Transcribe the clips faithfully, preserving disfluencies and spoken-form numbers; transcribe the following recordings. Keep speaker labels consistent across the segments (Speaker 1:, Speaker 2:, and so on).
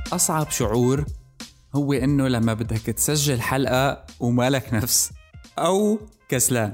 Speaker 1: أصعب شعور هو إنه لما بدك تسجل حلقة ومالك نفس أو كسلان.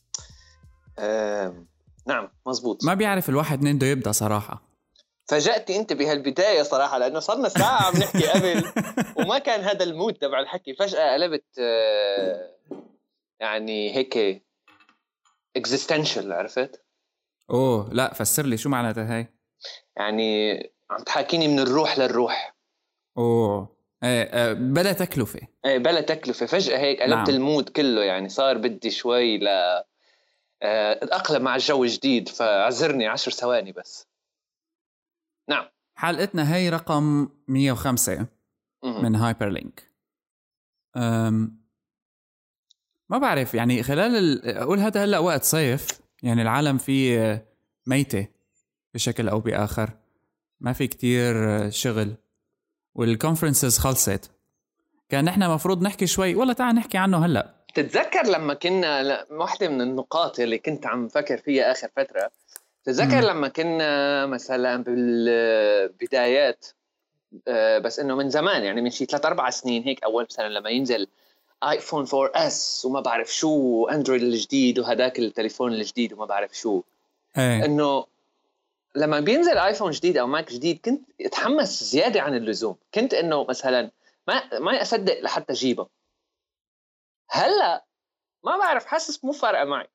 Speaker 2: آه، نعم مزبوط.
Speaker 1: ما بيعرف الواحد منين بده يبدأ صراحة.
Speaker 2: فاجأتي أنت بهالبداية صراحة، لأنه صرنا ساعة عم نحكي قبل وما كان هذا المود تبع الحكي. فجأة قلبت آه يعني هيك existential، عرفت؟
Speaker 1: أوه لا، فسر لي شو معناتها هاي.
Speaker 2: يعني عم تحاكيني من الروح للروح.
Speaker 1: أوه ايه آه، بلا تكلفة.
Speaker 2: ايه بلا تكلفة. فجأة هيك قلبت
Speaker 1: نعم.
Speaker 2: المود كله، يعني صار بدي شوي ل أتأقلم مع الجو جديد، فعذرني عشر ثواني بس. نعم.
Speaker 1: حلقتنا هاي رقم مية وخمسة من هايبر لينك. أم ما بعرف يعني خلال ال... أقول هذا هلأ وقت صيف، يعني العالم فيه ميتة بشكل أو بآخر، ما في كتير شغل والكونفرنسز خلصت. كان نحن مفروض نحكي شوي، والله تعال نحكي عنه هلأ.
Speaker 2: تتذكر لما كنا، واحدة من النقاط اللي كنت عم فكر فيها آخر فترة، تتذكر
Speaker 1: مم.
Speaker 2: لما كنا مثلا بالبدايات، بس إنه من زمان، يعني من شي ثلاث أربع سنين هيك، أول سنة لما ينزل آيفون فور إس وما بعرف شو، أندرويد الجديد وهداك التليفون الجديد وما بعرف شو.
Speaker 1: ايه.
Speaker 2: إنه لما بينزل آيفون جديد أو ماك جديد كنت أتحمس زيادة عن اللزوم. كنت إنه مثلا ما ما أصدق لحتى جيبه. هلا ما بعرف، حاسس مو فارقة معي.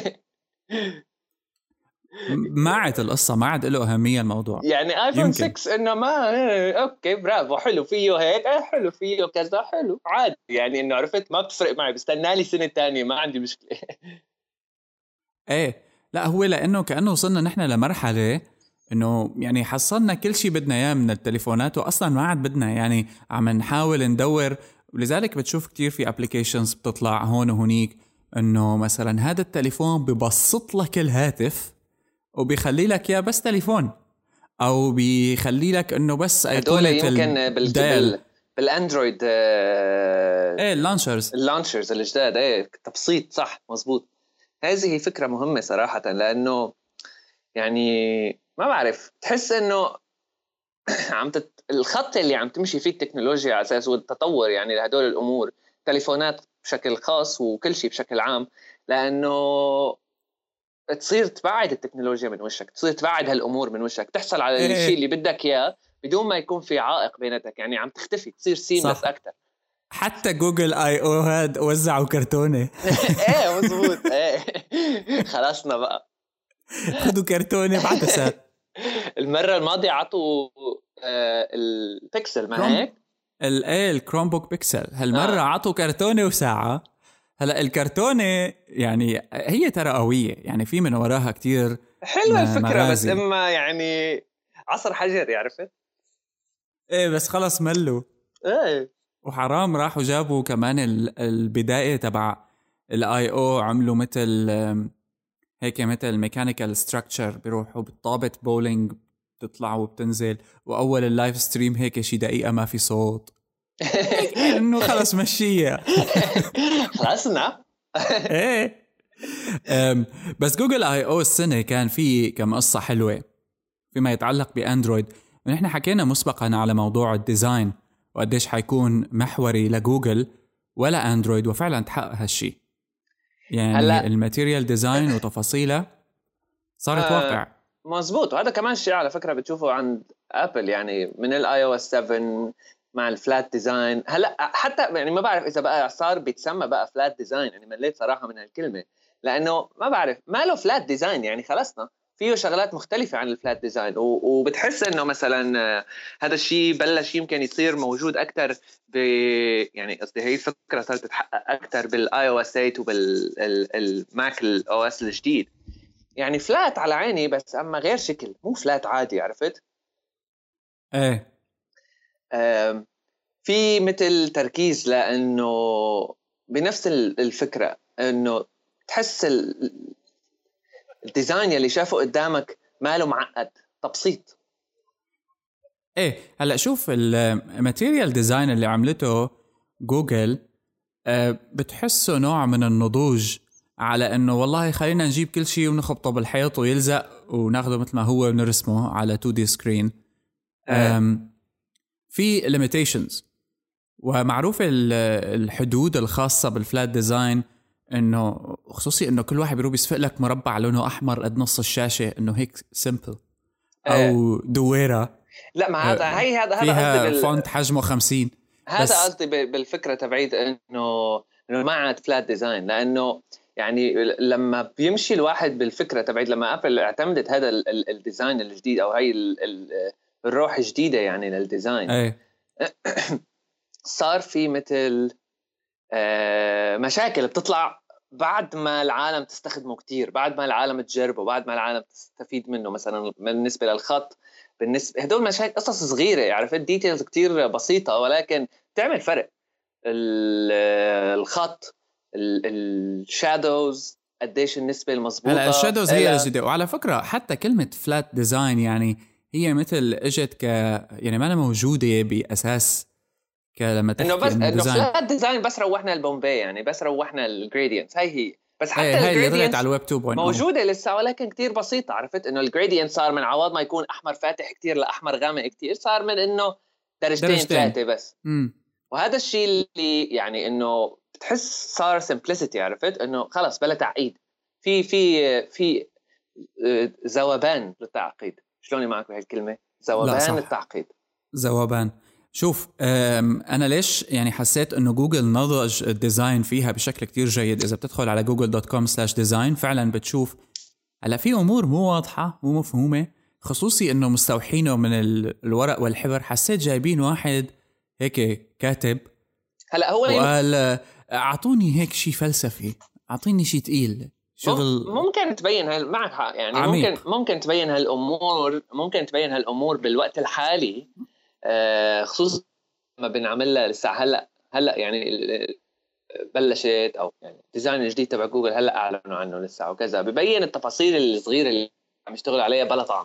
Speaker 1: ما عاد القصة، ما عاد له أهمية الموضوع.
Speaker 2: يعني آيفون
Speaker 1: يمكن.
Speaker 2: ستة إنه ما أوكي برافو حلو فيه هيك، آه حلو فيه كذا حلو عادي، يعني إنه عرفت ما بتفرق معي، بستنى لي سنة تانية ما عندي مشكلة.
Speaker 1: ايه لا، هو لأنه كأنه وصلنا نحن لمرحلة إنه يعني حصلنا كل شيء بدنا إياه من التليفونات، وأصلا ما عاد بدنا، يعني عم نحاول ندور. ولذلك بتشوف كتير في ابليكيشنز بتطلع هون وهنيك إنه مثلا هذا التليفون ببسط لك الهاتف وبيخلي لك يا بس تليفون، أو بيخلي لك إنه بس
Speaker 2: هدول
Speaker 1: أيقونة
Speaker 2: يمكن
Speaker 1: الدايل.
Speaker 2: بال بالاندرويد آه
Speaker 1: ايه اللانشرز
Speaker 2: اللانشرز الجداد. ايه تبسيط صح مزبوط. هذه فكرة مهمة صراحة، لأنه يعني ما بعرف، تحس إنه عم تت... الخط اللي عم تمشي فيه التكنولوجيا على أساس والتطور يعني لهدول الأمور، تليفونات بشكل خاص وكل شيء بشكل عام، لأنه تصير تبعد التكنولوجيا من وشك، تصير تبعد هالأمور من وشك، تحصل على
Speaker 1: إيه
Speaker 2: الشيء اللي بدك إياه بدون ما يكون في عائق بيناتك، يعني عم تختفي، تصير سيملس
Speaker 1: صح.
Speaker 2: أكتر.
Speaker 1: حتى جوجل اي او هاد وزعوا كرتونة.
Speaker 2: ايه مزبوط. ايه خلصنا بقى.
Speaker 1: خدوا كرتونة بعدسات.
Speaker 2: المرة الماضية عطوا آه البيكسل ما
Speaker 1: كروم
Speaker 2: هيك؟
Speaker 1: الايه الكروم بوك بيكسل هالمرة
Speaker 2: آه.
Speaker 1: عطوا كرتونة وساعة. هلا الكرتونة يعني هي ترى قوية، يعني في من وراها كتير
Speaker 2: حلوة الفكرة
Speaker 1: مغازي.
Speaker 2: بس إما يعني عصر حجر، عرفت؟
Speaker 1: ايه بس خلص ملوا.
Speaker 2: ايه
Speaker 1: وحرام راحوا جابوا كمان ال- البداية تبع الاي او، عملوا مثل آم، هيك مثل ميكانيكال ستراكشر، بيروحوا بالطابة بولينج بتطلع وبتنزل، واول اللايف ستريم هيك شي دقيقة ما في صوت. هيك انه خلص مشيها.
Speaker 2: خلصنا.
Speaker 1: ايه. أم، بس جوجل اي او السنة كان في كم قصة حلوة فيما يتعلق باندرويد. ونحن حكينا مسبقا على موضوع الديزاين وقديش حيكون محوري لجوجل ولا اندرويد، وفعلا تحقق هالشي. يعني
Speaker 2: هلا
Speaker 1: الماتيريال ديزاين وتفاصيله صارت
Speaker 2: آه
Speaker 1: واقع.
Speaker 2: مزبوط. وهذا كمان شيء على فكرة بتشوفه عند ابل، يعني من الاي او اس سفن مع الفلات ديزاين. هلا حتى يعني ما بعرف اذا بقى صار بيتسمى بقى فلات ديزاين، يعني مليت صراحة من هالكلمة، لانه ما بعرف ما له فلات ديزاين، يعني خلصنا فيه شغلات مختلفة عن الفلات ديزاين. وبتحس انه مثلا آه، هذا الشيء بلش يمكن يصير موجود اكثر ب يعني قصدي هي الفكرة صارت تتحقق اكثر بالاي او اس ثمانية وبالماك الاو اس الجديد. يعني فلات على عيني بس اما غير شكل، مو فلات عادي، عرفت؟
Speaker 1: ايه
Speaker 2: في مثل تركيز، لانه بنفس الفكره انه تحس الديزاين اللي شافه قدامك ماله معقد، تبسيط.
Speaker 1: ايه. هلا شوف الماتيريال ديزاين اللي عملته جوجل، أه بتحسه نوع من النضوج، على انه والله خلينا نجيب كل شيء ونخبطه بالحيط ويلزق وناخده مثل ما هو ونرسمه على تو دي سكرين.
Speaker 2: آه.
Speaker 1: في limitations، ومعروف الحدود الخاصة بالفلات ديزاين، انه خصوصي انه كل واحد بيروح يسفق لك مربع لونه احمر قد نص الشاشة، انه هيك سيمبل او دويرة.
Speaker 2: لا ما هذا هي هذا هذا
Speaker 1: فيها بال... فونت حجمه خمسين.
Speaker 2: هذا قصدي بالفكرة تبعيد انه انه ما عاد فلات ديزاين، لانه يعني لما بيمشي الواحد بالفكرة تبعيد، لما ابل اعتمدت هذا الديزاين الجديد او هاي الروح الجديدة يعني للديزاين،
Speaker 1: أي.
Speaker 2: صار في مثل مشاكل بتطلع بعد ما العالم تستخدمه كتير، بعد ما العالم تجربه، بعد ما العالم تستفيد منه. مثلا بالنسبة للخط، بالنسبة هدول مشاكل قصص صغيرة، عرفت ديتيلز كتير بسيطة ولكن تعمل فرق. الخط، الشادوز، قديش النسبة المضبوطة.
Speaker 1: هلا الشادوز هي الجديدة. وعلى فكرة حتى كلمة فلات ديزاين يعني هي مثل اجت ك يعني ما أنا موجودة بأساس كلمة
Speaker 2: إنه بس إنه فلات ديزاين بس روحنا البومبي، يعني بس روحنا الجريدينتس. هاي هي بس حتى
Speaker 1: هاي الجريدينتس على الويب تو
Speaker 2: موجودة لسه ولكن كتير بسيطة. عرفت إنه الجريدينت صار من عوض ما يكون أحمر فاتح كتير لأحمر غامق كتير، صار من إنه درجتين ثلاثة بس.
Speaker 1: مم.
Speaker 2: وهذا الشيء اللي يعني إنه بتحس صار simplicity. عرفت إنه خلاص بلا تعقيد، في في في ذوبان للتعقيد. شلوني معك بهالكلمة؟ ذوبان التعقيد،
Speaker 1: ذوبان. شوف أنا ليش يعني حسيت إنه جوجل نضج الديزاين فيها بشكل كتير جيد. إذا بتدخل على جوجل دوت كوم سلاش ديزاين فعلا بتشوف هلا في أمور مو واضحة مو مفهومة، خصوصي إنه مستوحينه من الورق والحبر. حسيت جايبين واحد هيك كاتب
Speaker 2: هلا هو
Speaker 1: وقال أعطوني هيك شيء فلسفي، أعطيني شيء تقيل، شغل
Speaker 2: ممكن تبين هال معك حق يعني
Speaker 1: عميق.
Speaker 2: ممكن ممكن تبين هالأمور ممكن تبين هالأمور بالوقت الحالي، آه خصوصا ما بنعملها لسه هلا هلا يعني بلشت، او يعني ديزاين الجديد تبع جوجل هلا اعلنوا عنه لسه وكذا، ببين التفاصيل الصغيره اللي عم يشتغل عليها بلا طعم.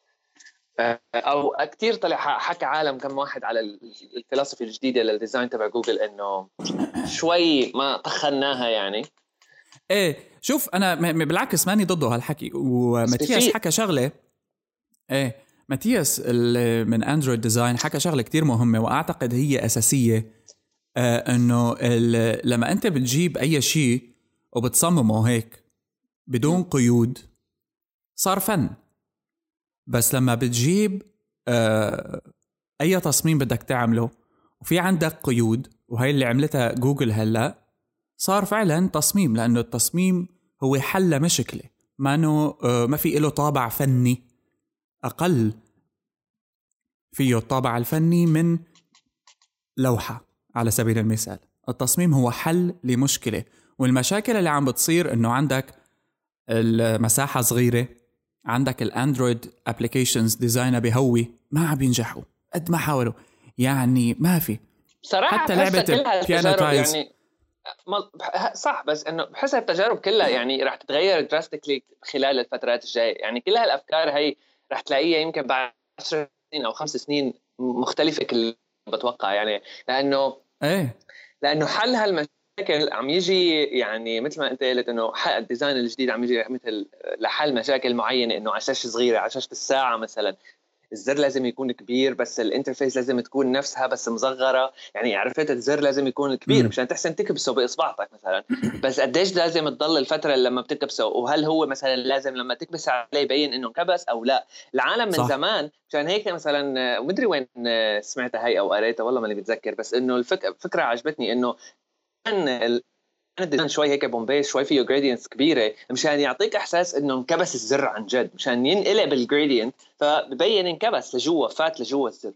Speaker 2: او كتير طلع حكى عالم كم واحد على الفلسفه الجديده للديزاين تبع جوجل انه شوي ما طخناها يعني.
Speaker 1: ايه شوف انا بالعكس ماني ضده هالحكي. وماتياس حكى شغله، ايه ماتياس من اندرويد ديزاين حكى شغله كتير مهمه واعتقد هي اساسيه، آه انه لما انت بتجيب اي شيء وبتصممه هيك بدون قيود صار فن. بس لما بتجيب آه اي تصميم بدك تعمله وفي عندك قيود، وهي اللي عملتها جوجل هلا، صار فعلا تصميم. لانه التصميم هو حل مشكله، ما انه آه ما في له طابع فني، اقل فيه الطابع الفني من لوحه. على سبيل المثال التصميم هو حل لمشكله، والمشاكل اللي عم بتصير انه عندك المساحه صغيره، عندك الاندرويد ابليكيشنز ديزاينها بهوي ما عم بينجحوا قد ما حاولوا، يعني ما في
Speaker 2: صراحه
Speaker 1: حتى لعبه بيانو تايز
Speaker 2: يعني صح. بس انه بحس التجارب كلها يعني راح تتغير دراستيكلي خلال الفترات الجايه. يعني كل هالافكار هي راح تلاقيها يمكن بعد عشر سنين او خمس سنين مختلفه كل بتوقع، يعني لانه
Speaker 1: ايه
Speaker 2: لانه حل هالمشاكل عم يجي يعني مثل ما انت قلت انه الديزاين الجديد عم يجي مثل لحل مشاكل معينه، انه على شاشه صغيره، على شاشه الساعه مثلا الزر لازم يكون كبير بس الانترفيس لازم تكون نفسها بس مصغره. يعني عرفت الزر لازم يكون كبير مشان تحسن تكبسه باصبعتك مثلا، بس قديش لازم تضل الفتره لما بتكبسه، وهل هو مثلا لازم لما تكبس عليه يبين انه انكبس او لا. العالم من صح. زمان مشان هيك مثلا مدري وين سمعتها هاي او قريتها والله ماني بتذكر، بس انه الفكره عجبتني انه كان الديزاين شوي هيك بومبيس، شوي فيه جريدينتس كبيره مشان يعطيك احساس انه انكبس الزر عن جد، مشان ينقلب الجريدينت فببين انكبس لجوا، فات لجوا الزر.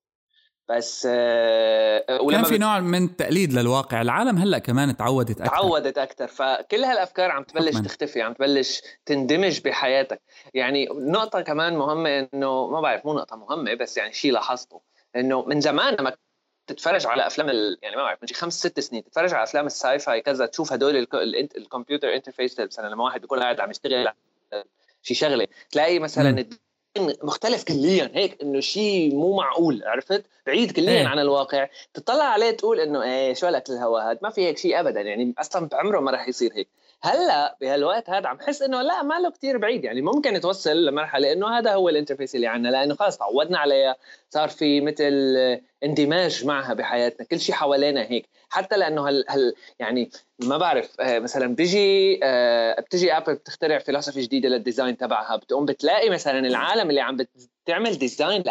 Speaker 2: بس
Speaker 1: آه كان في نوع من التقليد للواقع. العالم هلا كمان تعودت اكثر
Speaker 2: تعودت اكثر، فكل هالافكار عم تبلش حكماً. تختفي، عم تبلش تندمج بحياتك. يعني نقطه كمان مهمه، انه ما بعرف مو نقطه مهمه بس يعني شيء لاحظته، انه من زمان لما تتفرج على افلام ال... يعني ما بعرف من خمس ست سنين تتفرج على افلام الساي فاي كذا، تشوف هدول ال... ال... الكمبيوتر انترفيس مثلا لما واحد بيكون قاعد عم يشتغل شيء شغله، تلاقي مثلا مختلف كليا هيك، انه شيء مو معقول، عرفت بعيد كليا ايه. عن الواقع. تطلع عليه تقول انه ايه شو لك الهوا هاد، ما في هيك شيء ابدا، يعني اصلا بعمره ما راح يصير هيك. هلا بهالوقت هذا عم حس انه لا ما له كتير بعيد، يعني ممكن توصل لمرحله انه هذا هو الانترفيس اللي عندنا، لانه خلاص تعودنا عليها، صار في مثل اندماج معها بحياتنا، كل شيء حوالينا هيك. حتى لانه هل, هل يعني ما بعرف مثلا بيجي بتجي ابل بتخترع فلسفه جديده للديزاين تبعها، بتقوم بتلاقي مثلا العالم اللي عم بتعمل ديزاين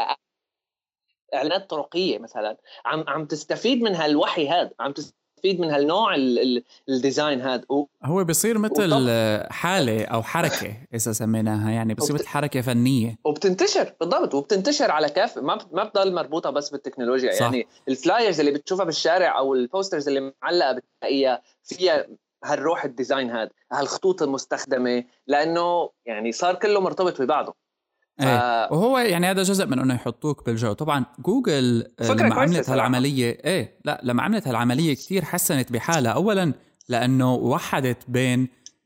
Speaker 2: اعلانات طرقيه مثلا عم عم تستفيد من هالوحي هذا، عم تستفيد من هالنوع الديزاين هذا.
Speaker 1: هو بيصير مثل حاله او حركه اذا سميناها، يعني بصير مثل حركه فنيه
Speaker 2: وبتنتشر. بالضبط، وبتنتشر على كاف، ما ما بتضل مربوطه بس بالتكنولوجيا. صح. يعني الفلايرز اللي بتشوفها بالشارع او البوسترز اللي معلقه بتلاقيها فيها هالروح الديزاين هذا، هالخطوط المستخدمه، لانه يعني صار كله مرتبط ببعضه.
Speaker 1: ف... ايه وهو يعني هذا جزء من انه يحطوك بالجو. طبعا جوجل لما عملت هالعمليه ايه لا لما عملت هالعمليه كتير حسنت بحالها. اولا لانه وحدت بين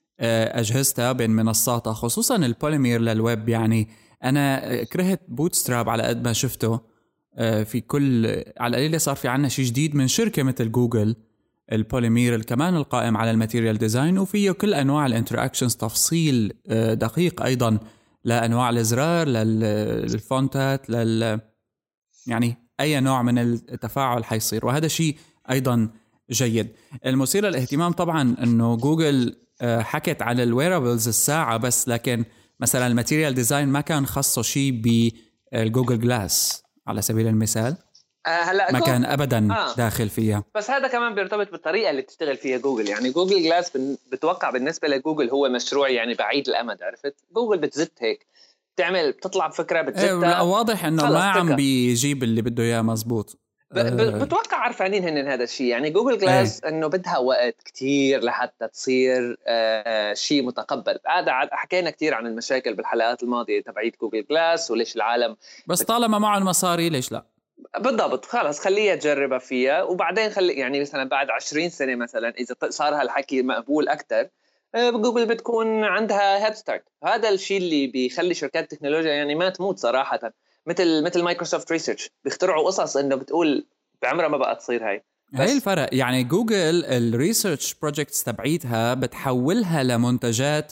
Speaker 1: اجهزتها، بين منصاتها، خصوصا البوليمير للويب. يعني انا كرهت بوتستراب على قد ما شفته في كل، على القليله صار في عنا شيء جديد من شركه مثل جوجل، البوليمير كمان القائم على الماتيريال ديزاين، وفيه كل انواع الانتراكشنز، تفصيل دقيق ايضا لأنواع الأزرار، للفونتات، لل يعني أي نوع من التفاعل حيصير، وهذا شيء أيضا جيد. المثير للاهتمام طبعا أنه جوجل حكت على الويرابلز الساعة بس، لكن مثلا الماتيريال ديزاين ما كان خصه شيء بالجوجل جلاس على سبيل المثال.
Speaker 2: هلا
Speaker 1: ما كان أبدا
Speaker 2: آه.
Speaker 1: داخل فيها.
Speaker 2: بس هذا كمان بيرتبط بالطريقة اللي بتشتغل فيها جوجل. يعني جوجل جلاس بتوقع بالنسبة لجوجل هو مشروع يعني بعيد الأمد، عرفت؟ جوجل بتزت هيك، بتعمل بتطلع بفكرة بتزتها.
Speaker 1: ايه واضح انه ما عم بيجيب اللي بده اياه مزبوط.
Speaker 2: ب... ب... بتوقع عارفانين هن هذا الشيء. يعني جوجل جلاس ايه. انه بدها وقت كتير لحتى تصير آه شيء متقبل. هذا حكينا كتير عن المشاكل بالحلقات الماضية تبعيد جوجل جلاس وليش العالم
Speaker 1: بس طالما معه المصاري ليش لا.
Speaker 2: بالضبط، خلاص خليها تجربها فيها، وبعدين خلي يعني مثلا بعد عشرين سنة مثلا إذا صار هالحكي مقبول أكتر، جوجل بتكون عندها هيد ستارت. هذا الشيء اللي بيخلي شركات التكنولوجيا يعني ما تموت صراحة، مثل مثل مايكروسوفت ريسيرش، بيخترعوا قصص إنه بتقول بعمرها ما بقى تصير هاي.
Speaker 1: هاي الفرق. يعني جوجل الريسيرش بروجكتس تبعيتها بتحولها لمنتجات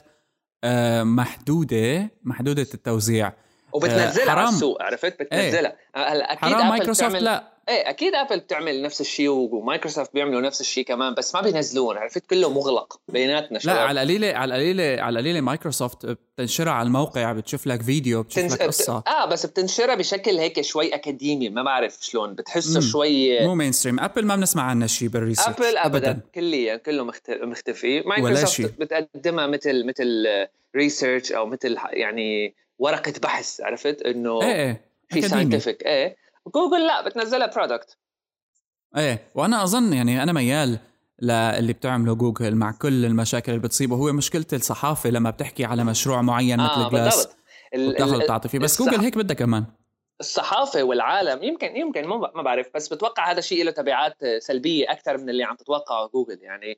Speaker 1: محدودة محدودة التوزيع،
Speaker 2: وبتنزلها على السوق، عرفت؟ بتنزلها.
Speaker 1: هلا ايه. اكيد مايكروسوفت لا
Speaker 2: ايه اكيد ابل بتعمل نفس الشيء ومايكروسوفت بيعملوا نفس الشيء كمان، بس ما بينزلون، عرفت؟ كله مغلق بيناتنا شباب.
Speaker 1: لا على القليله على القليله على القليله مايكروسوفت بتنشرها على الموقع، بتشوف لك فيديو، بتشوف
Speaker 2: بتنش...
Speaker 1: لك قصه.
Speaker 2: اه بس بتنشرها بشكل هيك شوي اكاديمي، ما بعرف شلون بتحسه شوي
Speaker 1: مو مين ستريم. ابل ما بنسمع عنها شيء بالريسيرش
Speaker 2: ابل ابدا, أبداً. كليا كله مخت... مختفي. مايكروسوفت بتقدمها مثل مثل ريسيرش او مثل يعني ورقه بحث، عرفت انه
Speaker 1: ايه ايه
Speaker 2: في ساينتفك. ايه جوجل لا بتنزلها برودكت.
Speaker 1: ايه وانا اظن يعني انا ميال للي بتعمله جوجل مع كل المشاكل اللي بتصيبه. هو مشكلة الصحافة لما بتحكي على مشروع معين مثل
Speaker 2: آه
Speaker 1: جلاس وبتاخذ تعطي فيه، بس الصح... جوجل هيك بدها كمان.
Speaker 2: الصحافة والعالم يمكن يمكن ما بعرف، بس بتوقع هذا الشيء له تبعات سلبية أكثر من اللي عم تتوقعه جوجل. يعني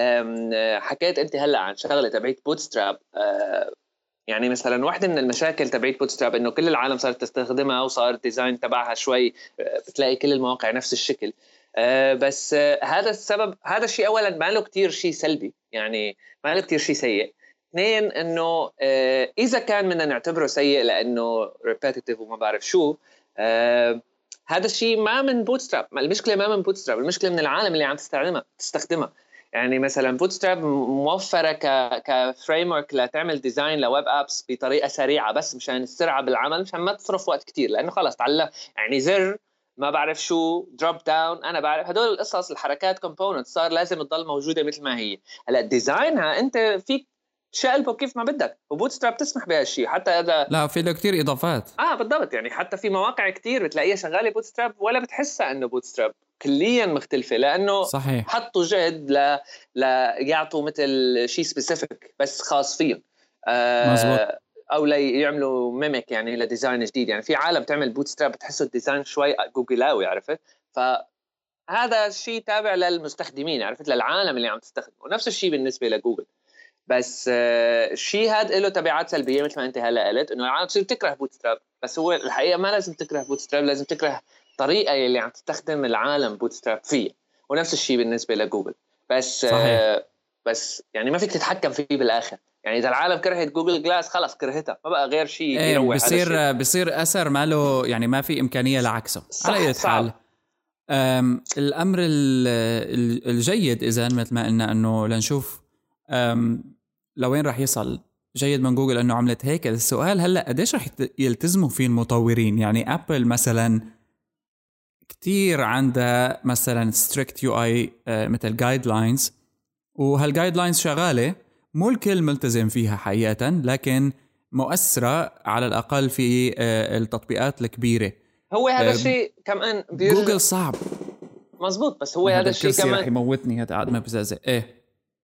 Speaker 2: حكيت أنت هلأ عن شغلة تبعيت بوتستراب. يعني مثلا واحدة من المشاكل تبعيت بوتستراب إنه كل العالم صارت تستخدمها، وصار الديزاين تبعها شوي بتلاقي كل المواقع نفس الشكل. بس هذا السبب، هذا الشيء أولا ما له كتير شيء سلبي، يعني ما له كتير شيء سيء. اثنين انه آه اذا كان بدنا نعتبره سيء لانه ريبيتيتيف وما بعرف شو، آه هذا الشيء ما من بوتستراب. المشكله ما من بوتستراب، المشكله من العالم اللي عم تستخدمها تستخدمها يعني مثلا بوتستراب موفره ك كفريم ورك لتعمل ديزاين لويب ابس بطريقه سريعه، بس مشان السرعه بالعمل، مشان ما تصرف وقت كتير، لانه خلص تعلم يعني زر ما بعرف شو دروب داون، انا بعرف هدول القصص، الحركات كومبوننت صار لازم تضل موجوده مثل ما هي. هلا ديزاينها انت فيك شقلبه كيف ما بدك، وبوتستراب تسمح بهالشيء. حتى اذا
Speaker 1: لا في له كتير اضافات.
Speaker 2: اه بالضبط، يعني حتى في مواقع كتير بتلاقيها شغاله بوتستراب ولا بتحسها انه بوتستراب، كليا مختلفه، لانه
Speaker 1: صحيح.
Speaker 2: حطوا جهد ل ليعطوا مثل شيء سبيسيفيك بس خاص فيهم، آه
Speaker 1: مزبوط.
Speaker 2: او ليعملوا ميميك يعني لديزاين جديد. يعني في عالم تعمل بوتستراب بتحسوا الديزاين شوي جوجلاوي، عرفت؟ فهذا الشيء تابع للمستخدمين، عرفت؟ للعالم اللي عم تستخدمه. ونفس الشيء بالنسبه لجوجل. بس الشيء هذا له تبعات سلبيه مثل ما انت هلا قلت، انه العالم تصير تكره بوتستراب. بس هو الحقيقه ما لازم تكره بوتستراب، لازم تكره الطريقه اللي عم تستخدم العالم بوتستراب فيه. ونفس الشيء بالنسبه لجوجل. بس
Speaker 1: صحيح.
Speaker 2: بس يعني ما فيك تتحكم فيه بالاخر. يعني اذا العالم كرهت جوجل جلاس خلص كرهتها، ما بقى غير شيء
Speaker 1: ايه
Speaker 2: يروح.
Speaker 1: بصير بصير اثر ما له يعني ما في امكانيه لعكسه. على اي حال الامر الجيد اذا مثل ما قلنا انه لنشوف لوين راح يصل. جيد من جوجل انه عملت هيك. السؤال هلا قديش راح يلتزموا فيه المطورين؟ يعني ابل مثلا كتير عندها مثلا ستريكت يو اي مثل جايد لاينز، وهالجايد لاينز شغاله، مو الكل ملتزم فيها حقيقه، لكن مؤثره على الاقل في التطبيقات الكبيره.
Speaker 2: هو هذا الشيء كمان
Speaker 1: بيرجع جوجل صعب
Speaker 2: مزبوط، بس هو هذا الشيء كمان
Speaker 1: رح يموتني هذا قاعد ما بزازق. ايه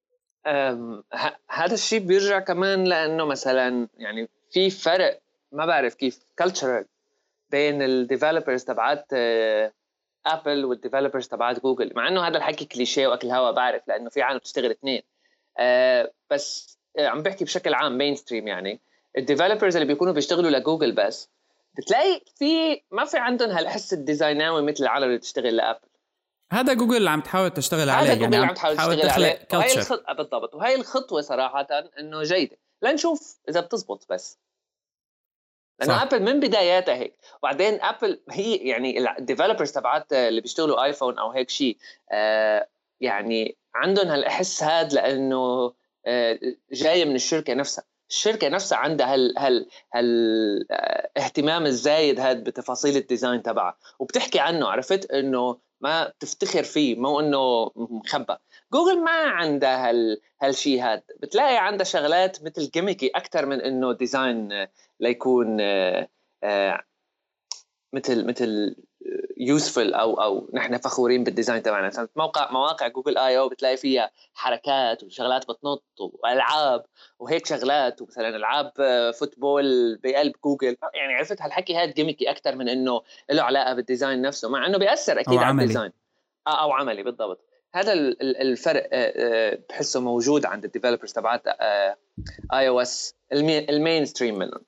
Speaker 2: هذا الشيء بيرجع كمان لانه مثلا يعني في فرق ما بعرف كيف كلتشرال بين الديفلوبرز تبعات ابل والديفلوبرز تبعات جوجل، مع انه هذا الحكي كليشيه واكل هوا بعرف، لانه في عالم بتشتغل اثنين. أه بس عم بحكي بشكل عام مين ستريم. يعني الديفلوبرز اللي بيكونوا بيشتغلوا لجوجل بس بتلاقي في ما في عندهم هالحس الديزايناوي مثل العالم اللي بتشتغل لابل.
Speaker 1: هذا جوجل اللي عم تحاول تشتغل عليه،
Speaker 2: هذا يعني عم تحاول تشتغل عليه.
Speaker 1: وهي
Speaker 2: الخطوة بالضبط، وهي الخطوة صراحة انه جيدة. لنشوف اذا بتزبط، بس لانه ابل من بداياتها هيك. وبعدين ابل هي يعني الديفلوبرز تبعات اللي بيشتغلوا ايفون او هيك شيء آه يعني عندهم هالاحس هاد، لانه آه جاي من الشركة نفسها. الشركة نفسها عندها هال هال هال اهتمام الزايد هاد بتفاصيل الديزاين تبعها، وبتحكي عنه. عرفت انه ما تفتخر فيه، مو انه مخبى. جوجل ما عندها هال هالشيء هاد، بتلاقي عندها شغلات مثل جيميكي اكثر من انه ديزاين ليكون آه آه مثل مثل يوسفل او او نحن فخورين بالديزاين تبعنا. مثلا موقع مواقع جوجل اي او بتلاقي فيها حركات وشغلات بتنط والعاب وهيك شغلات، ومثلا العاب فوتبول بقلب جوجل. يعني عرفت هالحكي هاد جيميكي اكثر من انه له علاقه بالديزاين نفسه، مع انه بيأثر اكيد على الديزاين او عملي. بالضبط، هذا الفرق بحسه موجود عند الديفلوبرز تبعات اي او اس المين ستريم منهم.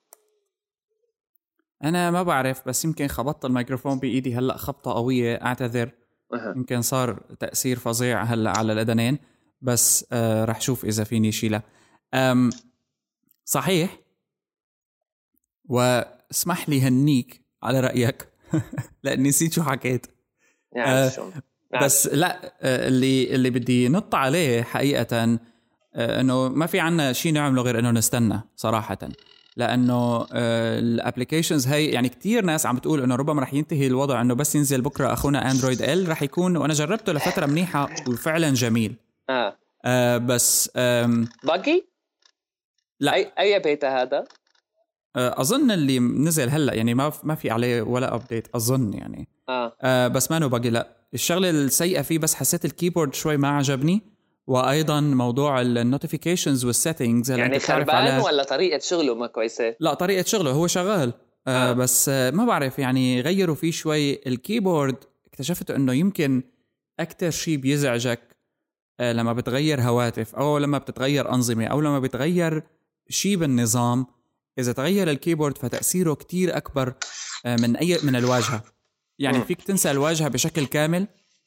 Speaker 1: أنا ما بعرف، بس يمكن خبطت الميكروفون بإيدي هلأ خبطة قوية، أعتذر. أه. يمكن صار تأثير فظيع هلأ على الأذنين، بس آه رح شوف إذا فيني شيلة. أم صحيح، واسمح لي هنيك على رأيك لأني نسيت شو حكيت.
Speaker 2: آه
Speaker 1: بس لا، آه اللي اللي بدي نط عليه حقيقة آه إنه ما في عنا شيء نعمله غير إنه نستنى صراحةً، لأنه الابليكيشنز هاي يعني كتير ناس عم بتقول إنه ربما رح ينتهي الوضع إنه بس ينزل بكرة أخونا أندرويد إل رح يكون، وأنا جربته لفترة منيحة وفعلا جميل.
Speaker 2: آه.
Speaker 1: آه بس
Speaker 2: باقي؟
Speaker 1: لا،
Speaker 2: أي أي بيتا هذا؟
Speaker 1: آه أظن اللي نزل هلأ يعني ما ما في عليه ولا أبديت أظن يعني.
Speaker 2: آه.
Speaker 1: آه بس ما نو باقي. لا، الشغلة السيئة فيه بس حسيت الكيبورد شوي ما عجبني، وايضا موضوع النوتيفيكيشنز والسيتنجز.
Speaker 2: يعني خربان ولا طريقه شغله ما كويسه؟
Speaker 1: لا، طريقه شغله هو شغال آه. آه بس آه ما بعرف يعني غيروا فيه شوي. الكيبورد اكتشفت انه يمكن اكتر شيء بيزعجك آه لما بتغير هواتف او لما بتتغير انظمه او لما بتغير شيء بالنظام. اذا تغير الكيبورد فتاثيره كتير اكبر آه من اي من الواجهه. يعني م. فيك تنسى الواجهه بشكل كامل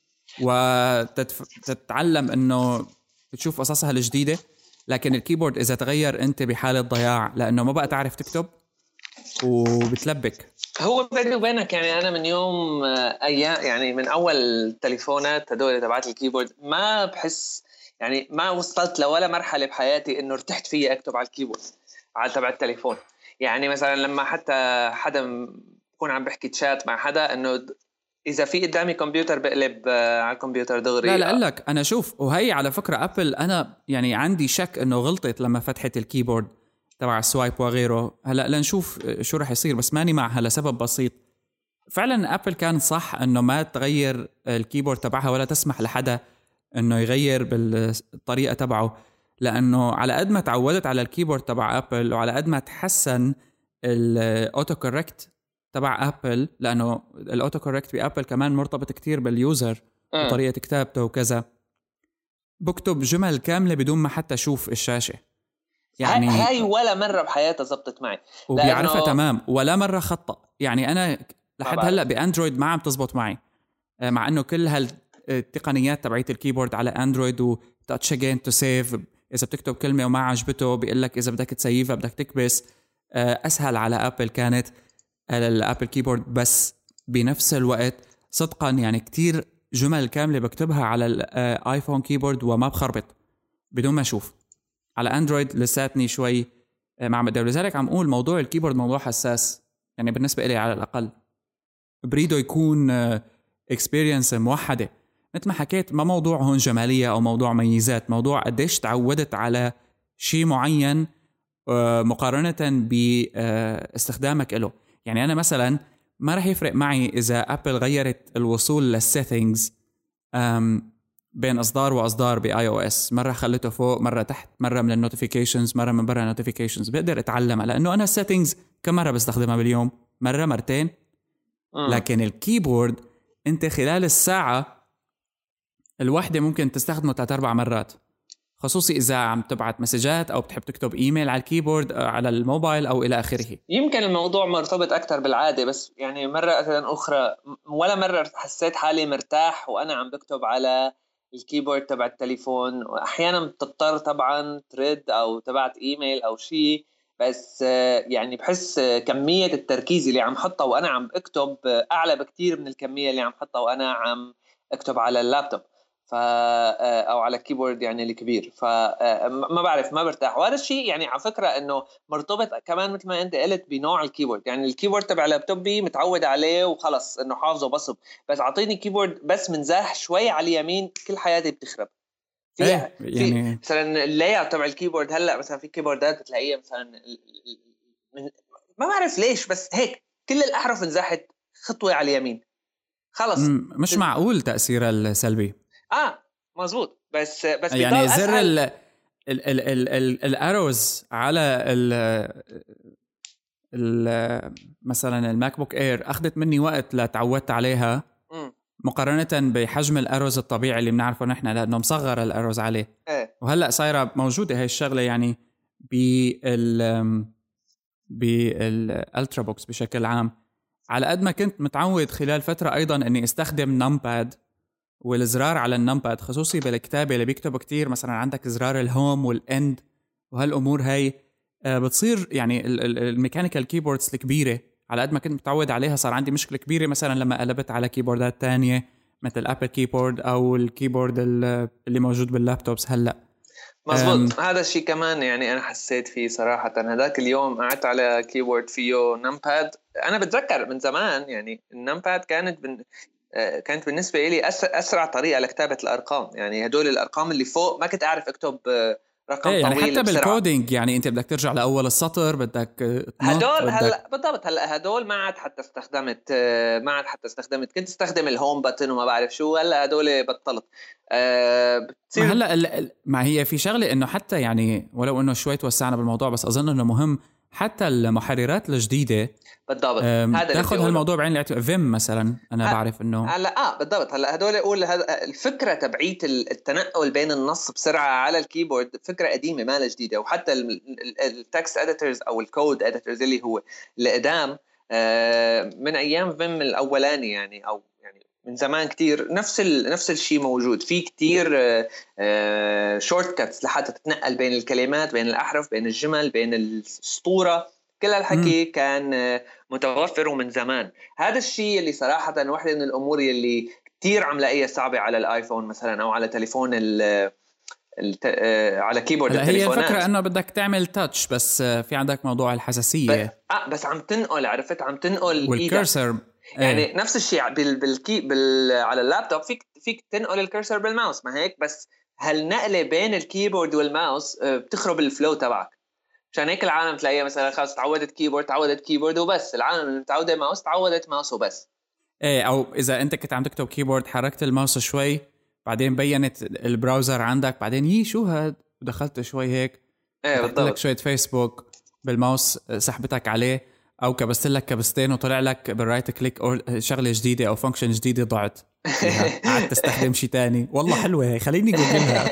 Speaker 1: وتتعلم انه تشوف قصصها الجديدة، لكن الكيبورد اذا تغير انت بحالة ضياع، لانه ما بقى تعرف تكتب وبتلبك.
Speaker 2: هو بيني وبينك يعني انا من يوم ايام يعني من اول التليفونات هدول تبعت الكيبورد ما بحس يعني ما وصلت لولا مرحلة بحياتي انه ارتحت فيها اكتب على الكيبورد على تبع التليفون. يعني مثلا لما حتى حدا بكون عم بحكي تشات مع حدا انه إذا في قدامي كمبيوتر بقلب على الكمبيوتر دغري.
Speaker 1: لا لا لك أنا شوف، وهي على فكرة أبل أنا يعني عندي شك إنه غلطت لما فتحت الكيبورد تبع السوايب وغيره. هلأ لنشوف شو رح يصير، بس ماني معها لسبب بسيط. فعلا أبل كان صح إنه ما تغير الكيبورد تبعها ولا تسمح لحدا إنه يغير بالطريقة تبعه، لأنه على قد ما تعودت على الكيبورد تبع أبل وعلى قد ما تحسن الأوتو كوركت تبع أبل، لأنه الأوتو كوركت بأبل كمان مرتبط كتير باليوزر م. وطريقة كتابته وكذا، بكتب جمل كاملة بدون ما حتى أشوف الشاشة.
Speaker 2: يعني هاي ولا مرة بحياتها زبطت معي
Speaker 1: وبيعرفها لأنه... تمام، ولا مرة خطأ. يعني أنا لحد هلأ بأندرويد ما عم تزبط معي، مع أنه كل هالتقنيات تبعية الكيبورد على أندرويد touch again to save. إذا بتكتب كلمة وما عجبته بيقول لك إذا بدك تسيفها بدك تكبس. أسهل على أبل كانت الأبل كيبورد، بس بنفس الوقت صدقا يعني كتير جمل كاملة بكتبها على الآيفون كيبورد وما بخربط بدون ما أشوف. على أندرويد لساتني شوي مع مدى، ولذلك عم أقول موضوع الكيبورد موضوع حساس يعني بالنسبة إلي على الأقل. بريده يكون experience موحدة مثل ما حكيت، ما موضوع هون جمالية أو موضوع ميزات، موضوع قديش تعودت على شيء معين مقارنة باستخدامك له. يعني أنا مثلا ما رح يفرق معي إذا أبل غيرت الوصول للسيتينجز بين أصدار وأصدار بآي أو إس، مرة خلته فوق مرة تحت، مرة من النوتيفيكيشنز مرة من برا النوتيفيكيشنز، بقدر أتعلمها لأنه أنا السيتينجز كم مرة بستخدمها باليوم؟ مرة مرتين. لكن الكيبورد أنت خلال الساعة الواحدة ممكن تستخدمه ثلاث أربع مرات، خصوصي إذا عم تبعت مسجات أو بتحب تكتب إيميل على الكيبورد على الموبايل أو إلى آخره.
Speaker 2: يمكن الموضوع مرتبط أكتر بالعادة، بس يعني مرة أخرى ولا مرة حسيت حالي مرتاح وأنا عم بكتب على الكيبورد تبع التليفون. وأحيانا بتضطر طبعا ترد أو تبعت إيميل أو شيء، بس يعني بحس كمية التركيز اللي عم حطها وأنا عم أكتب أعلى بكتير من الكمية اللي عم حطها وأنا عم أكتب على اللابتوب ف او على الكيبورد يعني الكبير. فما بعرف ما برتاح. وهذا الشيء يعني على فكره انه مرتبط كمان مثل ما انت قلت بنوع الكيبورد. يعني الكيبورد تبع لابتوبي متعود عليه وخلص انه حافظه بصب، بس اعطيني كيبورد بس منزاح شوي على اليمين كل حياتي بتخرب. في
Speaker 1: ايه يعني
Speaker 2: في مثلا اللاي تبع الكيبورد هلا مثلا في كيبوردات بتلاقيها مثلا من ما بعرف ليش بس هيك كل الاحرف انزاحت خطوه على اليمين خلص.
Speaker 1: مش معقول تاثيرها السلبي.
Speaker 2: اه مزبوط، بس بس
Speaker 1: يعني زر ال ال ال ال ال الاروز على ال ال مثلا الماك بوك اير اخذت مني وقت لتعودت عليها م. مقارنه بحجم الاروز الطبيعي اللي بنعرفه نحن لانه مصغر الاروز عليه.
Speaker 2: ايه.
Speaker 1: وهلا صايره موجوده هاي الشغله يعني بال بالالترا بوكس بشكل عام. على قد ما كنت متعود خلال فتره ايضا اني استخدم نمباد والزرار على النمباد، خصوصي بالكتابة اللي بيكتبوا كتير مثلا عندك زرار الهوم والاند وهالأمور هاي بتصير يعني الميكانيكال كيبوردز الكبيرة على قد ما كنت متعود عليها صار عندي مشكلة كبيرة مثلا لما قلبت على كيبوردات تانية مثل أبل كيبورد أو الكيبورد اللي موجود باللابتوبس هلأ.
Speaker 2: مزبوط، هذا الشيء كمان يعني أنا حسيت فيه صراحة. هذاك اليوم قعدت على كيبورد فيه نمباد. أنا بتذكر من زمان يعني النمباد كانت بن... كانت بالنسبة لي أسرع طريقة لكتابة الأرقام. يعني هدول الأرقام اللي فوق ما كنت أعرف أكتب رقم
Speaker 1: إيه
Speaker 2: طويل
Speaker 1: يعني حتى
Speaker 2: بسرعة.
Speaker 1: بالكودينج يعني أنت بدك ترجع لأول السطر بدك
Speaker 2: هدول بدك... هلا بالضبط. هلا هدول ما عاد حتى استخدمت ما عاد حتى استخدمت كنت استخدم الهوم باتن وما بعرف شو. هلا هدول بطلت. أه
Speaker 1: بتصير ما هلا ال... ما هي في شغلة إنه حتى يعني ولو إنه شوي توسعنا بالموضوع بس أظن إنه مهم حتى المحررات الجديدة
Speaker 2: بالضبط. هذا
Speaker 1: تاخذ هالموضوع بعين الاعتبار. فيم مثلا انا ه... بعرف انه
Speaker 2: هلا اه بالضبط. هلا هدول اقول هذا الفكره تبعيت التنقل بين النص بسرعه على الكيبورد فكره قديمه ما لها جديده. وحتى التكست اديتورز او الكود اديتورز اللي هو القدام آه من ايام فيم الاولاني يعني او يعني من زمان كتير نفس ال... نفس الشيء موجود في كتير آه آه شورت كاتس لحتى تتنقل بين الكلمات بين الاحرف بين الجمل بين الاسطوره. كل هالحكي كان متوفر ومن زمان. هذا الشيء اللي صراحة واحدة من الأمور اللي كتير عم لاقيها صعبة على الآيفون مثلا أو على تليفون ال الت... على كيبورد التليفونات.
Speaker 1: هي الفكرة أنه بدك تعمل تاتش بس في عندك موضوع الحساسية.
Speaker 2: ب... آه بس عم تنقل عرفت عم تنقل
Speaker 1: والكرسر
Speaker 2: يعني ايه. نفس الشيء بال... بالكي بال... على اللابتوب فيك فيك تنقل الكرسر بالماوس ما هيك. بس هالنقلة بين الكيبورد والماوس بتخرب الفلو تبعك. عشان هيك العالم تلاقيها مثلا خلاص تعودت كيبورد تعودت كيبورد وبس. العالم اللي متعودة ماوس تعودت ماوس وبس.
Speaker 1: ايه او اذا انت كنت عم تكتب كيبورد حركت الماوس شوي بعدين بينت البراوزر عندك بعدين يي شو هاد ودخلت شوي هيك
Speaker 2: ايه بالضبط
Speaker 1: لك شوية فيسبوك بالماوس سحبتك عليه او كبست لك كبستين وطلع لك بالرايت كليك أو شغلة جديدة او فانكشن جديدة ضعت قعدت تستخدم شيء تاني. والله حلوة هي خليني جوجلها.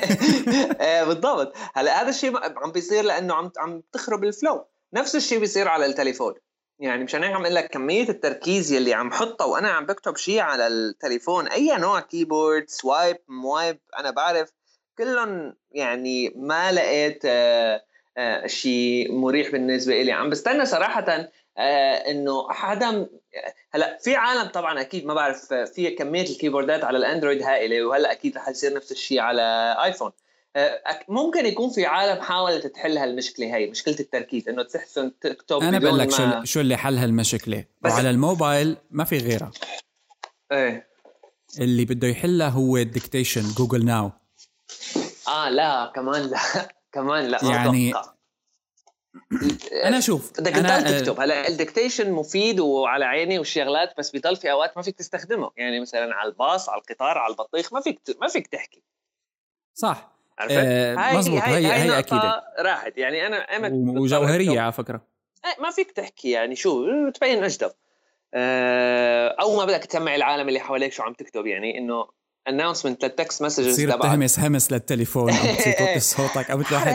Speaker 2: ايه بالضبط. هلا هذا الشيء عم بيصير لانه عم عم تخرب الفلو. نفس الشيء بيصير على التليفون. يعني مشان هيك عم اقول لك كميه التركيز يلي عم حطها وانا عم بكتب شيء على التليفون اي نوع كيبورد سوايب موايب انا بعرف كلهم يعني ما لقيت آه آه شيء مريح بالنسبة إلي. عم بستنى صراحة آه إنه حدا هلا في عالم طبعا أكيد ما بعرف في كمية الكيبوردات على الأندرويد هائلة، وهلا أكيد رح يصير نفس الشيء على آيفون. ممكن يكون في عالم حاولت تحل هالمشكلة هاي، مشكلة التركيز، إنه تحسن تكتب.
Speaker 1: أنا بقول لك شو شو اللي حل هالمشكلة، وعلى الموبايل ما في غيرها.
Speaker 2: إيه
Speaker 1: اللي بده يحلها هو الديكتيشن جوجل ناو.
Speaker 2: آه لا كمان لا كمان لا
Speaker 1: يعني
Speaker 2: أتوقع.
Speaker 1: أنا شوف
Speaker 2: بدك تضل تكتب. هلا الديكتيشن مفيد وعلى عيني والشغلات، بس بيضل في أوقات ما فيك تستخدمه، يعني مثلا على الباص، على القطار، على البطيخ ما فيك ما فيك تحكي.
Speaker 1: صح
Speaker 2: آه
Speaker 1: مزبوط. هاي هاي, هاي أكيدة
Speaker 2: راحت. يعني أنا أنا
Speaker 1: وجوهرية على فكرة.
Speaker 2: ما فيك تحكي، يعني شو تبين أجدب آه أو ما بدك تسمع العالم اللي حواليك شو عم تكتب، يعني إنه announcement للتكست مسجز
Speaker 1: تصير تهمس همس للتليفون أو تصير توطي صوتك أو واحد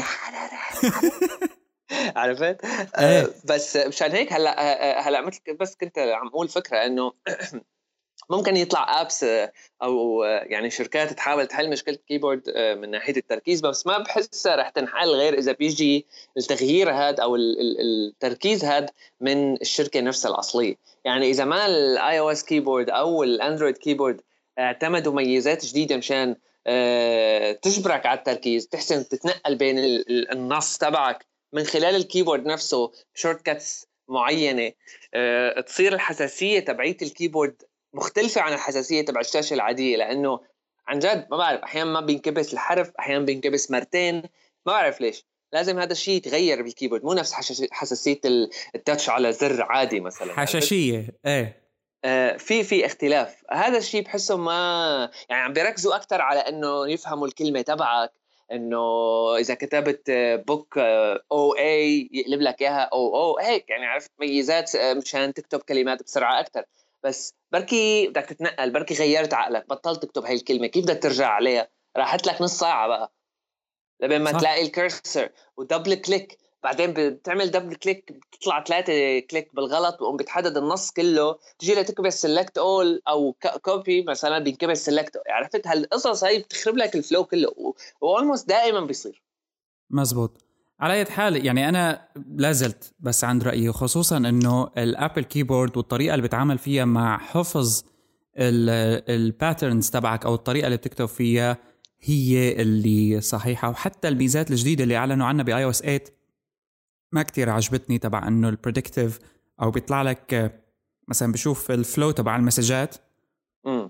Speaker 2: عرفت آه بس مشان هيك هلا هلا مثل بس كنت عم أقول فكرة إنه ممكن يطلع ابس او يعني شركات تحاول تحل مشكله الكيبورد من ناحيه التركيز، بس ما بحسها رح تنحل غير اذا بيجي التغيير هذا او التركيز هذا من الشركه نفسها الاصليه. يعني اذا ما الاي او اس كيبورد او الاندرويد كيبورد اعتمدوا ميزات جديده مشان تجبرك على التركيز، تحسن تتنقل بين النص تبعك من خلال الكيبورد نفسه شورت كاتس معينه، تصير الحساسيه تبعيه الكيبورد مختلفة عن الحساسية تبع الشاشة العادية. لأنه عن جد ما بعرف، أحيانا ما بينكبس الحرف، أحيانا بينكبس مرتين، ما بعرف ليش. لازم هذا الشيء يتغير بالكيبورد، مو نفس حساسية التاتش على زر عادي مثلا.
Speaker 1: حشاشية ايه
Speaker 2: آه في في اختلاف. هذا الشيء بحسه ما يعني عم بيركزوا أكتر على إنه يفهموا الكلمة تبعك، إنه إذا كتبت بوك أو أي يقلب لك إياها أو أو هيك، يعني عرفت ميزات مشان تكتب كلمات بسرعة أكتر. بس بركي بدك تتنقل، بركي غيرت عقلك، بطلت تكتب هاي الكلمة، كيف بدك ترجع عليها؟ راحت لك نص ساعة بقى لبين ما صح. تلاقي الكرسر ودبل كليك، بعدين بتعمل دبل كليك بتطلع ثلاثة كليك بالغلط وقوم بتحدد النص كله، تجي لتكبس سيلكت اول او كوبي مثلا بينكبس سيلكت. عرفت هالقصص هاي بتخرب لك الفلو كله، والموست دائما بيصير.
Speaker 1: مزبوط. على أي حال يعني أنا لازلت بس عند رأيي، خصوصا أنه الأبل كيبورد والطريقة اللي بتعامل فيها مع حفظ الباترنز تبعك أو الطريقة اللي بتكتب فيها هي اللي صحيحة. وحتى الميزات الجديدة اللي أعلنوا عنها بآي أو إس ثمانية ما كتير عجبتني، تبع أنه البريدكتيف أو بيطلع لك مثلا بشوف الفلو تبع المسجات م.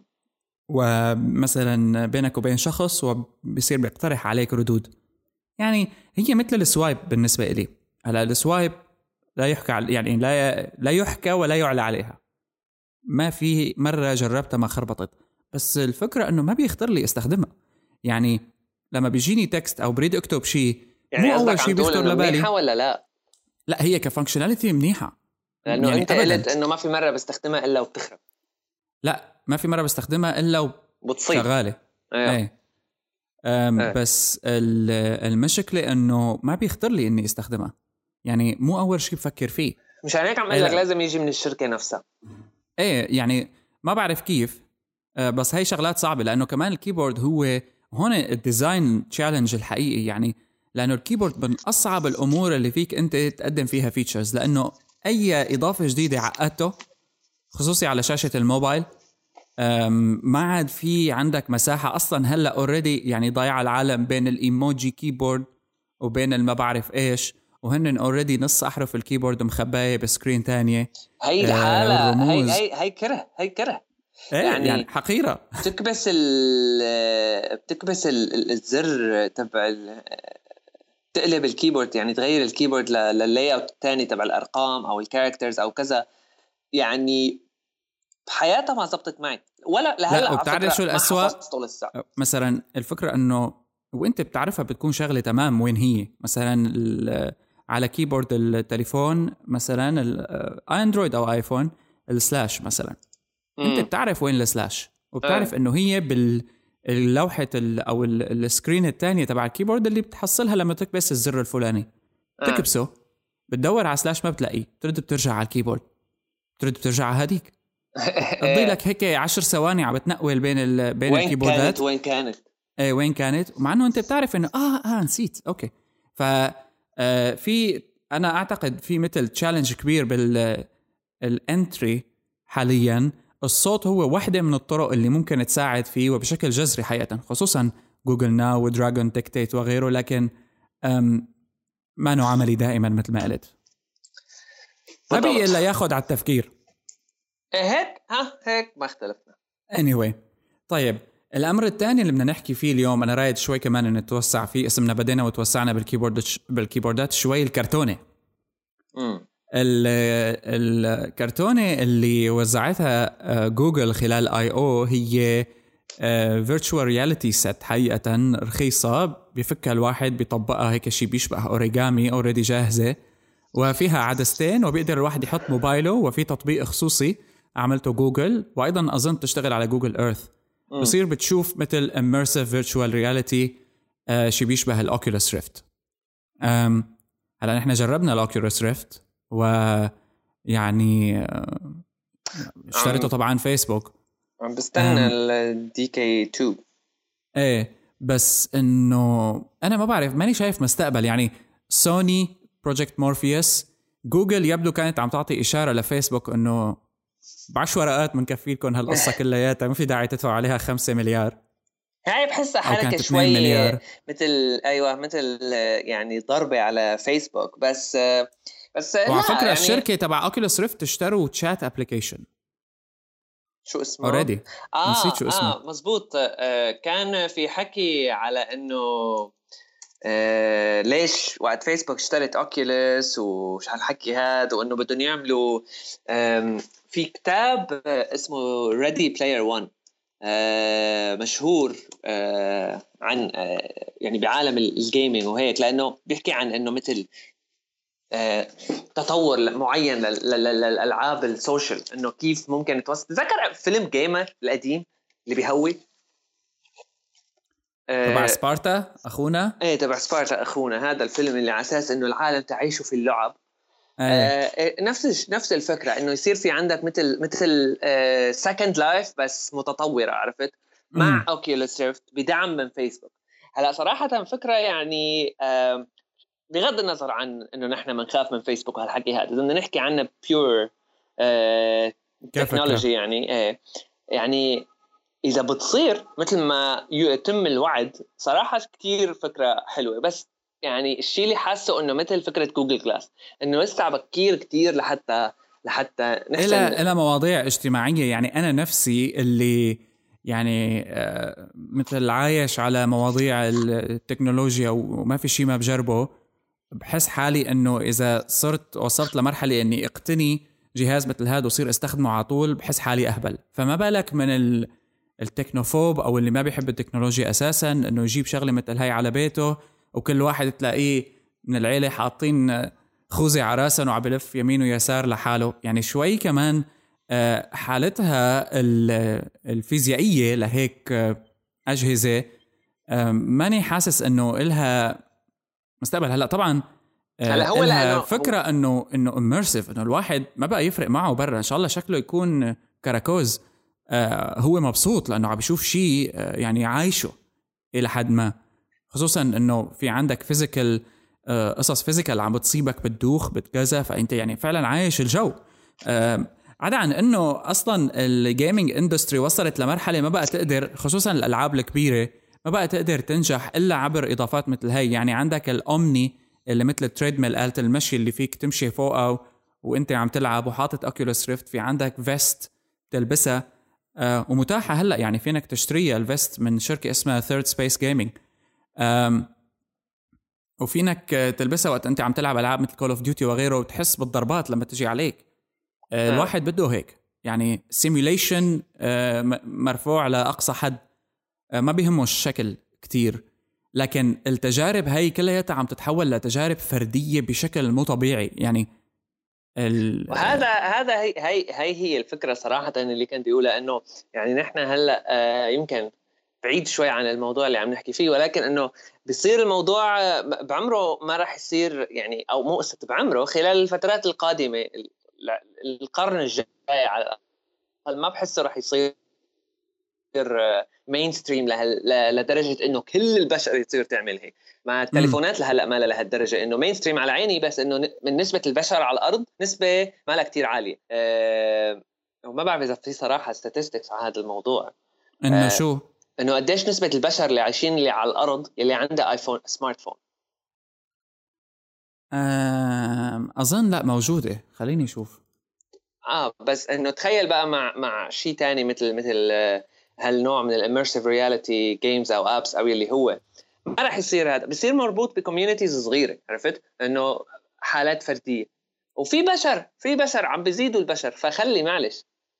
Speaker 1: ومثلا بينك وبين شخص وبيصير بيقترح عليك ردود. يعني هي مثل السوايب بالنسبة إلي. هلا السوايب لا يحكى يعني لا لا يحكى ولا يعلى عليها، ما في مرة جربتها ما خربطت، بس الفكرة إنه ما بيختار لي استخدمها. يعني لما بيجيني تكست أو بريد أكتب شيء
Speaker 2: يعني مو أول شيء بيخطر لبالي منيحة ولا لا؟
Speaker 1: لا هي كفانكشناليتي منيحة،
Speaker 2: لأنه يعني أنت قلت إنه ما في مرة بستخدمها إلا وبتخرب.
Speaker 1: لا ما في مرة بستخدمها إلا وشغالة.
Speaker 2: أيوه. أيه.
Speaker 1: أه. بس المشكلة إنه ما بيختار لي إني استخدمها، يعني مو أول شيء بفكر فيه.
Speaker 2: مش هيك عم أقول لك لازم يجي من الشركة نفسها.
Speaker 1: إيه يعني ما بعرف كيف، أه بس هاي شغلات صعبة، لأنه كمان الكيبورد هو هون الديزاين تشالنج الحقيقي. يعني لأنه الكيبورد من أصعب الأمور اللي فيك أنت تقدم فيها فيتشرز، لأنه أي إضافة جديدة عقدته خصوصي على شاشة الموبايل ما عاد في عندك مساحة أصلاً. هلأ أوريدي يعني ضايع العالم بين الإيموجي كيبورد وبين الما بعرف إيش، وهن أوريدي نص أحرف الكيبورد مخباية بسكرين تانية.
Speaker 2: هاي الحالة آه هاي هاي هاي كره هاي كره
Speaker 1: إيه يعني, يعني حقيرة.
Speaker 2: بتكبس ال بتكبس ال الزر تبع تقلب الكيبورد، يعني تغير الكيبورد لللاي اوت الثاني تبع الأرقام أو الكاركترز أو كذا. يعني حياتها ما زبطت معي ولا لهلا.
Speaker 1: وبتعرف شو الأسوأ؟ مثلا الفكرة أنه وانت بتعرفها بتكون شغلة تمام وين هي. مثلا على كيبورد التليفون مثلا الاندرويد او ايفون السلاش مثلا مم. انت بتعرف وين السلاش وبتعرف أه. انه هي باللوحة او السكرين الثانية تبع الكيبورد اللي بتحصلها لما تكبس الزر الفلاني. أه. تكبسه بتدور على سلاش ما بتلاقيه، ترد بترجع على الكيبورد، ترد بترجع على هديك. تضي لك هيك عشر ثواني عم بتنقل بين ال... بين
Speaker 2: وين
Speaker 1: الكيبوردات.
Speaker 2: كانت وين كانت
Speaker 1: ايه وين كانت، مع انه انت بتعرف انه اه اه نسيت اوكي. ف آه في انا اعتقد في مثل تشالنج كبير بالانتري حاليا. الصوت هو واحدة من الطرق اللي ممكن تساعد فيه وبشكل جذري حقيقة، خصوصا جوجل ناو ودراجون ديكتيت وغيره، لكن ما نوع عملي دائما مثل ما قلت، ما بي إلا ياخد على التفكير.
Speaker 2: هيك ها هيك ما اختلفنا.
Speaker 1: anyway طيب الأمر الثاني اللي بدنا نحكي فيه اليوم، أنا رايد شوي كمان نتوسع فيه، اسمنا بدينا وتوسعنا بالكيبورد بالكيبوردات شوي، الكرتونة.
Speaker 2: امم
Speaker 1: الكرتونة اللي وزعتها جوجل خلال آي أو هي virtual reality set، حقيقة رخيصة، بيفكها الواحد بيطبقها هيك شيء بيشبه أوريغامي أوريدي جاهزة، وفيها عدستين وبيقدر الواحد يحط موبايله، وفي تطبيق خصوصي عملته جوجل، وأيضا أظن تشتغل على جوجل إيرث، بصير بتشوف مثل immersive virtual reality آه شيء بيشبه الأوكيولوس ريفت. هلأ نحن جربنا الأوكيولوس ريفت ويعني آه اشتريته طبعا فيسبوك،
Speaker 2: عم بستنى الدي كي اثنين.
Speaker 1: ايه بس انه انا ما بعرف، ماني شايف مستقبل. يعني سوني بروجكت مورفيوس، جوجل يبدو كانت عم تعطي اشاره لفيسبوك انه بعشر ورقات منكفيلكم هالقصه كلياتها، ما في داعي تدفعوا عليها خمسة مليار.
Speaker 2: هاي بحسها حركه شوي مثل ايوه مثل يعني ضربه على فيسبوك، بس بس
Speaker 1: وعلى فكره
Speaker 2: يعني
Speaker 1: الشركه تبع اوكيولوس ريفت اشتروا تشات ابليكيشن.
Speaker 2: شو اسمه؟
Speaker 1: اوريدي
Speaker 2: آه
Speaker 1: نسيت شو اسمه.
Speaker 2: اه مزبوط. آه كان في حكي على انه آه ليش وقت فيسبوك اشترت اوكيوليس وش هالحكي هذا، وانه بدهم يعملوا في كتاب اسمه ريدي بلاير ون، آه مشهور آه عن آه يعني بعالم الجيمينج وهيك، لانه بيحكي عن انه مثل آه تطور معين للالعاب السوشيال، انه كيف ممكن توصل. تذكر فيلم جيمر القديم اللي بيهوي
Speaker 1: تبع سبارتا اخونا؟
Speaker 2: ايه تبع سبارتا اخونا، هذا الفيلم اللي على اساس انه العالم تعيشه في اللعب.
Speaker 1: أيه.
Speaker 2: آه نفس نفس الفكره، انه يصير في عندك مثل مثل سكند آه لايف بس متطوره، عرفت؟ مع اوكيولوس ريفت بدعم من فيسبوك. هلا صراحه فكره يعني آه بغض النظر عن انه نحن بنخاف من فيسبوك وهالحكي هذا، بدنا نحكي عنه بيور آه تكنولوجي يعني ايه يعني إذا بتصير مثل ما يتم الوعد، صراحة كتير فكرة حلوة. بس يعني الشيء اللي حاسه إنه مثل فكرة جوجل كلاس، إنه لسه بكير كتير لحتى لحتى
Speaker 1: نحن إلى إلى مواضيع اجتماعية. يعني أنا نفسي اللي يعني آه مثل عايش على مواضيع التكنولوجيا وما في شيء ما بجربه، بحس حالي إنه إذا صرت وصلت لمرحلة إني اقتني جهاز مثل هذا وصير استخدمه على طول، بحس حالي أهبل. فما بالك من ال التكنوفوب او اللي ما بيحب التكنولوجيا اساسا، انه يجيب شغله مثل هاي على بيته، وكل واحد تلاقيه من العيله حاطين خوذه على راسه وعم بلف يمين ويسار لحاله. يعني شوي كمان حالتها الفيزيائيه لهيك اجهزه ماني حاسس انه إلها مستقبل. هلا طبعا
Speaker 2: هلا هو
Speaker 1: إلها فكره انه انه اميرسيف، انه الواحد ما بقى يفرق معه برا، ان شاء الله شكله يكون كراكوز، آه هو مبسوط لأنه عم بيشوف شيء آه يعني عايشه إلى حد ما، خصوصا أنه في عندك فيزيكال آه قصص فيزيكال عم بتصيبك بتدوخ بتكذا، فأنت يعني فعلا عايش الجو. آه عدا عن أنه أصلا الجيمينج اندستري وصلت لمرحلة ما بقى تقدر، خصوصا الألعاب الكبيرة ما بقى تقدر تنجح إلا عبر إضافات مثل هاي. يعني عندك الأومني اللي مثل التريدميل، آلة المشي اللي فيك تمشي فوقها وانت عم تلعب وحاطط اوكيولوس ريفت، في عندك فيست تلبسها آه ومتاحة هلأ، يعني فينك تشتريها الفيست من شركة اسمها ثيرد سبيس جيمينج، وفينك تلبسها وقت أنت عم تلعب ألعاب مثل كول أوف ديوتي وغيره، وتحس بالضربات لما تجي عليك. آه الواحد بده هيك يعني سيميوليشن آه مرفوع لأقصى حد، آه ما بيهمه الشكل كتير، لكن التجارب هاي كلها عم تتحول لتجارب فردية بشكل مو طبيعي. يعني
Speaker 2: وهذا هذا هي هي هي هي الفكره صراحه اللي كنت بيقولها، انه يعني نحن هلا آه يمكن بعيد شوي عن الموضوع اللي عم نحكي فيه، ولكن انه بيصير الموضوع بعمره ما راح يصير يعني، او مو قصه بعمره، خلال الفترات مين ستريم لدرجه انه كل البشر يصير تعمل هيك. مع التليفونات لهلا ما لهالدرجه انه مين ستريم على عيني، بس انه من نسبه البشر على الارض نسبه ما لها كتير عاليه. أه وما بعرف اذا في صراحه statistics على هذا الموضوع،
Speaker 1: انه أه شو
Speaker 2: انه قديش نسبه البشر اللي عايشين اللي على الارض اللي عنده ايفون سمارت فون.
Speaker 1: أه اظن لا موجوده، خليني اشوف.
Speaker 2: اه بس انه تخيل بقى مع مع شيء تاني مثل مثل هالنوع من الاميرسيف رياليتي جيمز او ابس او اللي هو ما راح يصير هذا، بصير مربوط بكوميونيتيز صغيره، عرفت انه حالات فرديه، وفي بشر في بشر عم بيزيدوا البشر، فخلي معلش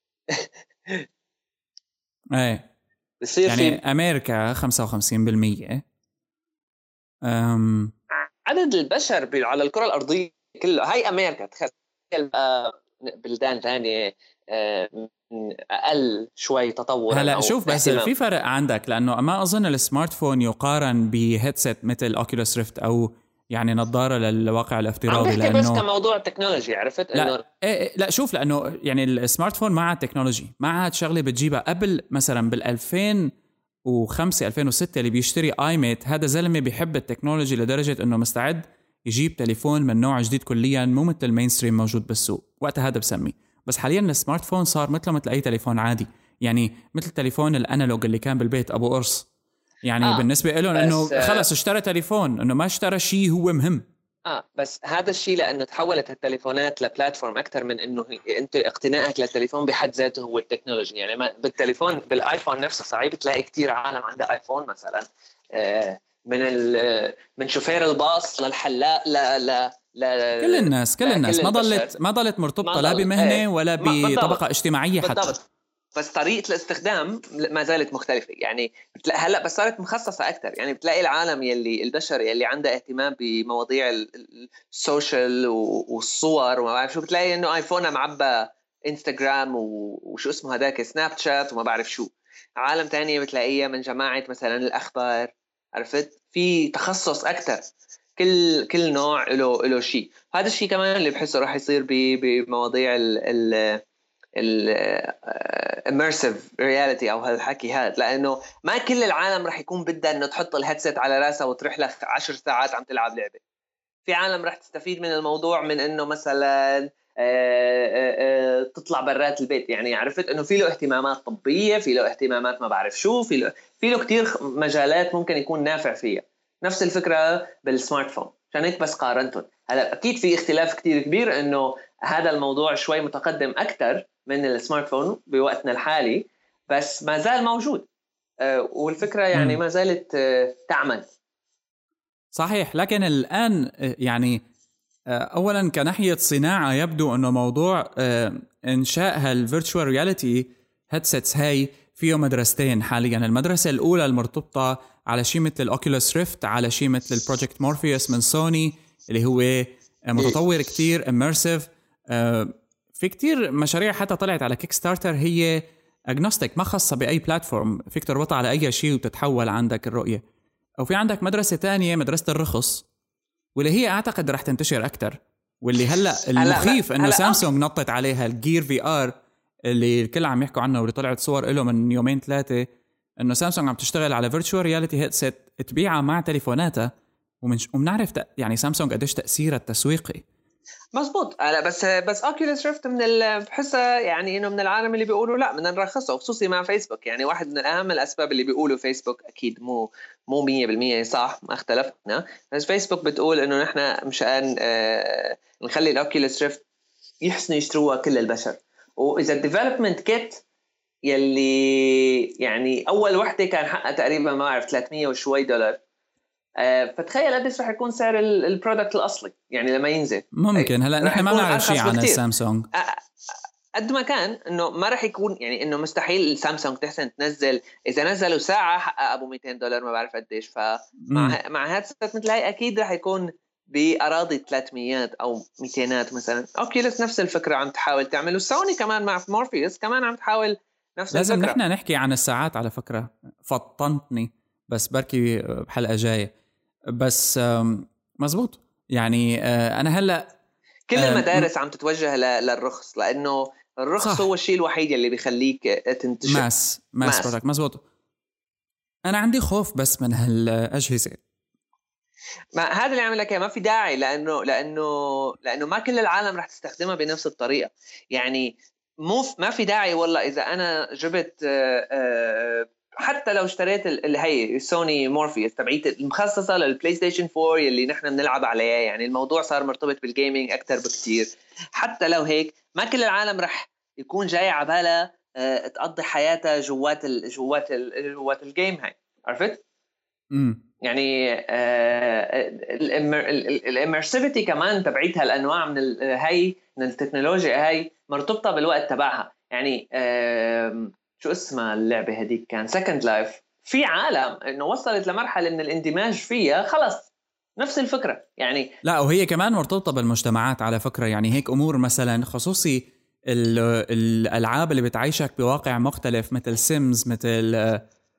Speaker 1: ايه
Speaker 2: بصير
Speaker 1: يعني
Speaker 2: في
Speaker 1: امريكا خمسة وخمسين بالمية امم
Speaker 2: عدد البشر على الكره الارضيه كله. هاي امريكا، تخيل بلدان ثانيه اقل شوي تطورا.
Speaker 1: هلا شوف بس
Speaker 2: اهتمام.
Speaker 1: في فرق عندك، لانه ما اظن السمارت فون يقارن بهيدسيت مثل اوكيولوس ريفت او يعني نظاره للواقع الافتراضي،
Speaker 2: لانه بس
Speaker 1: كموضوع
Speaker 2: كموضوع تكنولوجي، عرفت
Speaker 1: لا
Speaker 2: انه
Speaker 1: إيه لا شوف، لانه يعني السمارت فون مع التكنولوجي ما عاد شغله بتجيبها. قبل مثلا بال ألفين وخمسة ألفين وستة اللي بيشتري اي ميت هذا زلمه بيحب التكنولوجي لدرجه انه مستعد يجيب تليفون من نوع جديد كليا مو مثل المينستريم موجود بالسوق وقتها، هذا بسميه. بس حاليا السمارت فون صار مثله مثل اي تليفون عادي، يعني مثل تليفون الانالوج اللي كان بالبيت ابو قرص، يعني
Speaker 2: آه.
Speaker 1: بالنسبه لهم انه خلص اشترى تليفون، انه ما اشترى شيء هو مهم.
Speaker 2: اه بس هذا الشيء لانه تحولت التليفونات لبلاتفورم اكثر من انه انت اقتنائك للتليفون بحد ذاته هو التكنولوجي. يعني ما بالتليفون بالايفون نفسه صعب تلاقي كتير عالم عنده ايفون مثلا، آه من من شوفير الباص للحلاق لا لا لا
Speaker 1: كل الناس كل الناس
Speaker 2: كل
Speaker 1: ما ضلت ما ضلت مرتبطه لا بمهنه ايه. ولا بطبقه اجتماعيه حتى.
Speaker 2: بالضبط. بس طريقة الاستخدام ما زالت مختلفة. يعني هلأ بس صارت مخصصة أكثر. يعني بتلاقي العالم يلي البشر يلي عنده اهتمام بمواضيع السوشيال والصور وما بعرف شو، بتلاقي إنه آيفونه معبى انستغرام وشو اسمه هذاك سناب شات وما بعرف شو. عالم تانية بتلاقيها من جماعة مثلا الأخبار، عرفت، في تخصص أكثر. كل كل نوع له له شيء. هذا الشيء كمان اللي بحسه راح يصير بمواضيع ال ال الاميرسيف رياليتي او هالحكي هذا، لانه ما كل العالم راح يكون بدها انه تحط الهيدسيت على راسها وتروح لك عشر ساعات عم تلعب لعبه. في عالم راح تستفيد من الموضوع من انه مثلا تطلع برات البيت. يعني عرفت انه في له اهتمامات طبيه، في له اهتمامات ما بعرف شو، في له في له كثير مجالات ممكن يكون نافع فيها. نفس الفكره بالسمارت فون. عشان هيك بس قارنتهم. هلا اكيد في اختلاف كتير كبير انه هذا الموضوع شوي متقدم اكثر من السمارت فون بوقتنا الحالي، بس ما زال موجود. أه والفكره يعني ما زالت أه تعمل.
Speaker 1: صحيح. لكن الان يعني اولا كناحيه صناعه يبدو انه موضوع انشاء هالفيرتشوال رياليتي هيدسيتس هاي فيه مدرستين حاليا. المدرسه الاولى المرتبطه على شيء مثل الاوكيولوس ريفت، على شيء مثل البروجكت مورفيوس من سوني اللي هو متطور كتير اميرسيف. في كتير مشاريع حتى طلعت على كيك ستارتر هي اجنوستيك، ما خاصه باي بلاتفورم، فيك تربطها على اي شيء وتتحول عندك الرؤيه. او في عندك مدرسه تانية مدرسه الرخص، واللي هي اعتقد رح تنتشر اكتر، واللي هلا المخيف انه سامسونج نطت عليها الجير في ار اللي الكل عم يحكوا عنه، واللي طلعت صور له من يومين ثلاثه انه سامسونج عم تشتغل على فيرتشوال رياليتي هيدسيت تبيعها مع تليفوناتها. وبنعرف يعني سامسونج قديش تاثيرها التسويقي.
Speaker 2: مزبوط. لا بس بس اوكيولوس ريفت من بحسها يعني انه من العالم اللي بيقولوا لا بدنا نرخصه، خصوصي مع فيسبوك. يعني واحد من اهم الاسباب اللي بيقولوا فيسبوك اكيد مو مو مية بالمية صح، ما اختلفنا، بس فيسبوك بتقول انه نحن مشان آه نخلي الاوكيولوس ريفت يحسنوا يشتروها كل البشر. واذا الديفلوبمنت كيت يلي يعني اول وحده كان حقها تقريبا ما اعرف ثلاثمية وشوي دولار، فتخيل قديش رح يكون سعر البرودكت الاصلي يعني لما ينزل.
Speaker 1: ممكن هلا نحن ما نعرف شيء عن السامسونج
Speaker 2: قد ما كان انه ما رح يكون يعني انه مستحيل سامسونج تحسن تنزل. اذا نزلوا ساعه حقق ابو مئتين دولار ما بعرف قديش. فمع مع هادسيت مثل هاي اكيد رح يكون باراضي ثلاثمية او مئتين مثلا. اوكيولوس نفس الفكره عم تحاول تعمل، والسوني كمان مع مورفيوس كمان عم تحاول نفس
Speaker 1: لازم
Speaker 2: الفكره.
Speaker 1: لازم نحن نحكي عن الساعات على فكره، فطنتني بس بركي بحلقه جايه. بس مزبوط يعني. أنا هلأ
Speaker 2: كل المدارس عم تتوجه للرخص، لانه الرخص صح. هو الشيء الوحيد اللي بيخليك تنتشر
Speaker 1: ماس ماس برودكت. مزبوط. انا عندي خوف بس من هالاجهزه،
Speaker 2: ما هذا اللي عمل لك ما في داعي، لانه لانه لانه ما كل العالم رح تستخدمها بنفس الطريقه. يعني مو ما في داعي والله اذا انا جبت حتى لو اشتريت اللي هي سوني مورفيوس تبعيت المخصصه للبلاي ستيشن فور اللي نحن بنلعب عليها، يعني الموضوع صار مرتبط بالجيمينج اكثر بكتير. حتى لو هيك ما كل العالم رح يكون جاي على بالها تقضي حياتها جوات ال جوات ال جوات الجيم هاي، عرفت؟
Speaker 1: امم
Speaker 2: يعني الاميرسيفيتي كمان تبعيتها الانواع من هاي من التكنولوجيا هاي مرتبطه بالوقت تبعها. يعني شو اسمها اللعبه هذيك كان سكند لايف، في عالم انه وصلت لمرحله من الاندماج فيها خلص نفس الفكره. يعني
Speaker 1: لا وهي كمان مرتبطه بالمجتمعات على فكره. يعني هيك امور مثلا خصوصي الالعاب اللي بتعيشك بواقع مختلف مثل سيمز، مثل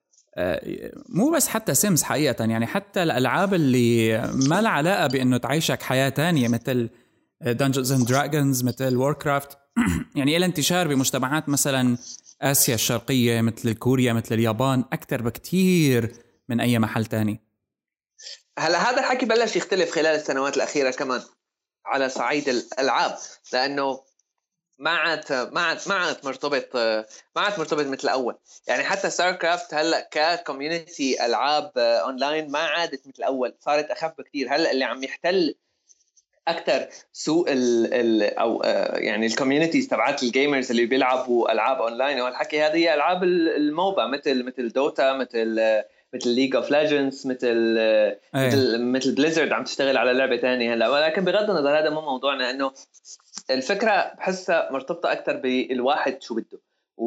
Speaker 1: مو بس حتى سيمز حقيقة، يعني حتى الألعاب اللي ما لها علاقة بأنه تعيشك حياة تانية مثل Dungeons and Dragons مثل ووركرافت يعني إلى انتشار بمجتمعات مثلا آسيا الشرقية مثل كوريا مثل اليابان أكتر بكتير من أي محل تاني.
Speaker 2: هلا هذا الحكي بلش يختلف خلال السنوات الأخيرة كمان على صعيد الألعاب، لأنه ما عاد ما عاد ما عاد مرتبط ما عاد مرتبط مثل الأول. يعني حتى ستاركرافت هلا ككوميونتي ألعاب أونلاين ما عادت مثل الأول، صارت أخف بكتير. هلا اللي عم يحتل أكتر سوق ال ال أو يعني الكوميونيتيز تبعات الجيمرز اللي بيلعبوا ألعاب أونلاين والحكي هذه هي ألعاب الموبا مثل مثل دوتا مثل مثل ليج اوف ليجندز مثل أيه. مثل مثل بليزرد عم تشتغل على لعبه ثانيه هلا. ولكن بغض النظر هذا مو موضوعنا، انه الفكره بحسها مرتبطه اكثر بالواحد شو بده.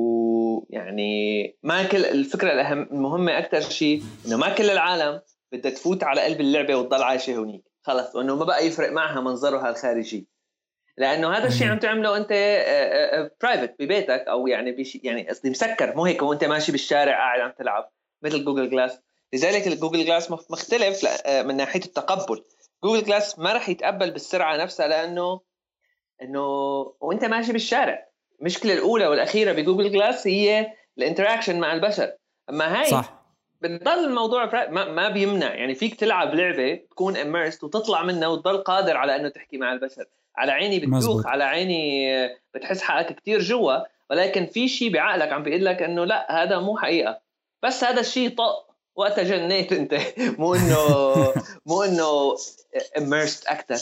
Speaker 2: ويعني ما كل الفكره الاهم المهمه اكثر شيء انه ما كل العالم بدها تفوت على قلب اللعبه وتضل عايشه هونيك خلص، وانه ما بقى يفرق معها منظرها الخارجي، لانه هذا الشيء عم تعمله انت برايفت ببيتك او يعني بشيء يعني قصدي مسكر، مو هيك وانت ماشي بالشارع قاعد عم تلعب مثل جوجل جلاس. لذلك الجوجل جلاس مختلف من ناحيه التقبل. جوجل جلاس ما راح يتقبل بالسرعه نفسها، لانه انه وانت ماشي بالشارع. المشكله الاولى والاخيره بجوجل جلاس هي الانتراكشن مع البشر، اما هاي صح بتضل الموضوع ما, ما بيمنع. يعني فيك تلعب لعبه تكون اميرست وتطلع منها وتضل قادر على انه تحكي مع البشر. على عيني بتدوخ، على عيني بتحس حقك كتير جوا، ولكن في شيء بعقلك عم بيقول لك انه لا هذا مو حقيقه. بس هذا الشيء طق وقتها جنيت انت مو انه مو انه immersed اكثر.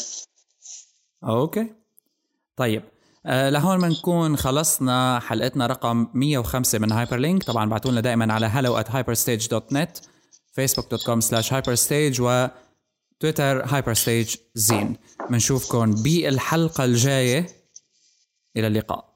Speaker 1: اوكي طيب أه لهون بنكون خلصنا حلقتنا رقم مية وخمسة من هايبر لينك. طبعا بعتوا لنا دائما على hello at hyperstage dot net facebook dot com slash hyperstage و تويتر hyperstage zine. بنشوفكم بالحلقة الجاية، إلى اللقاء.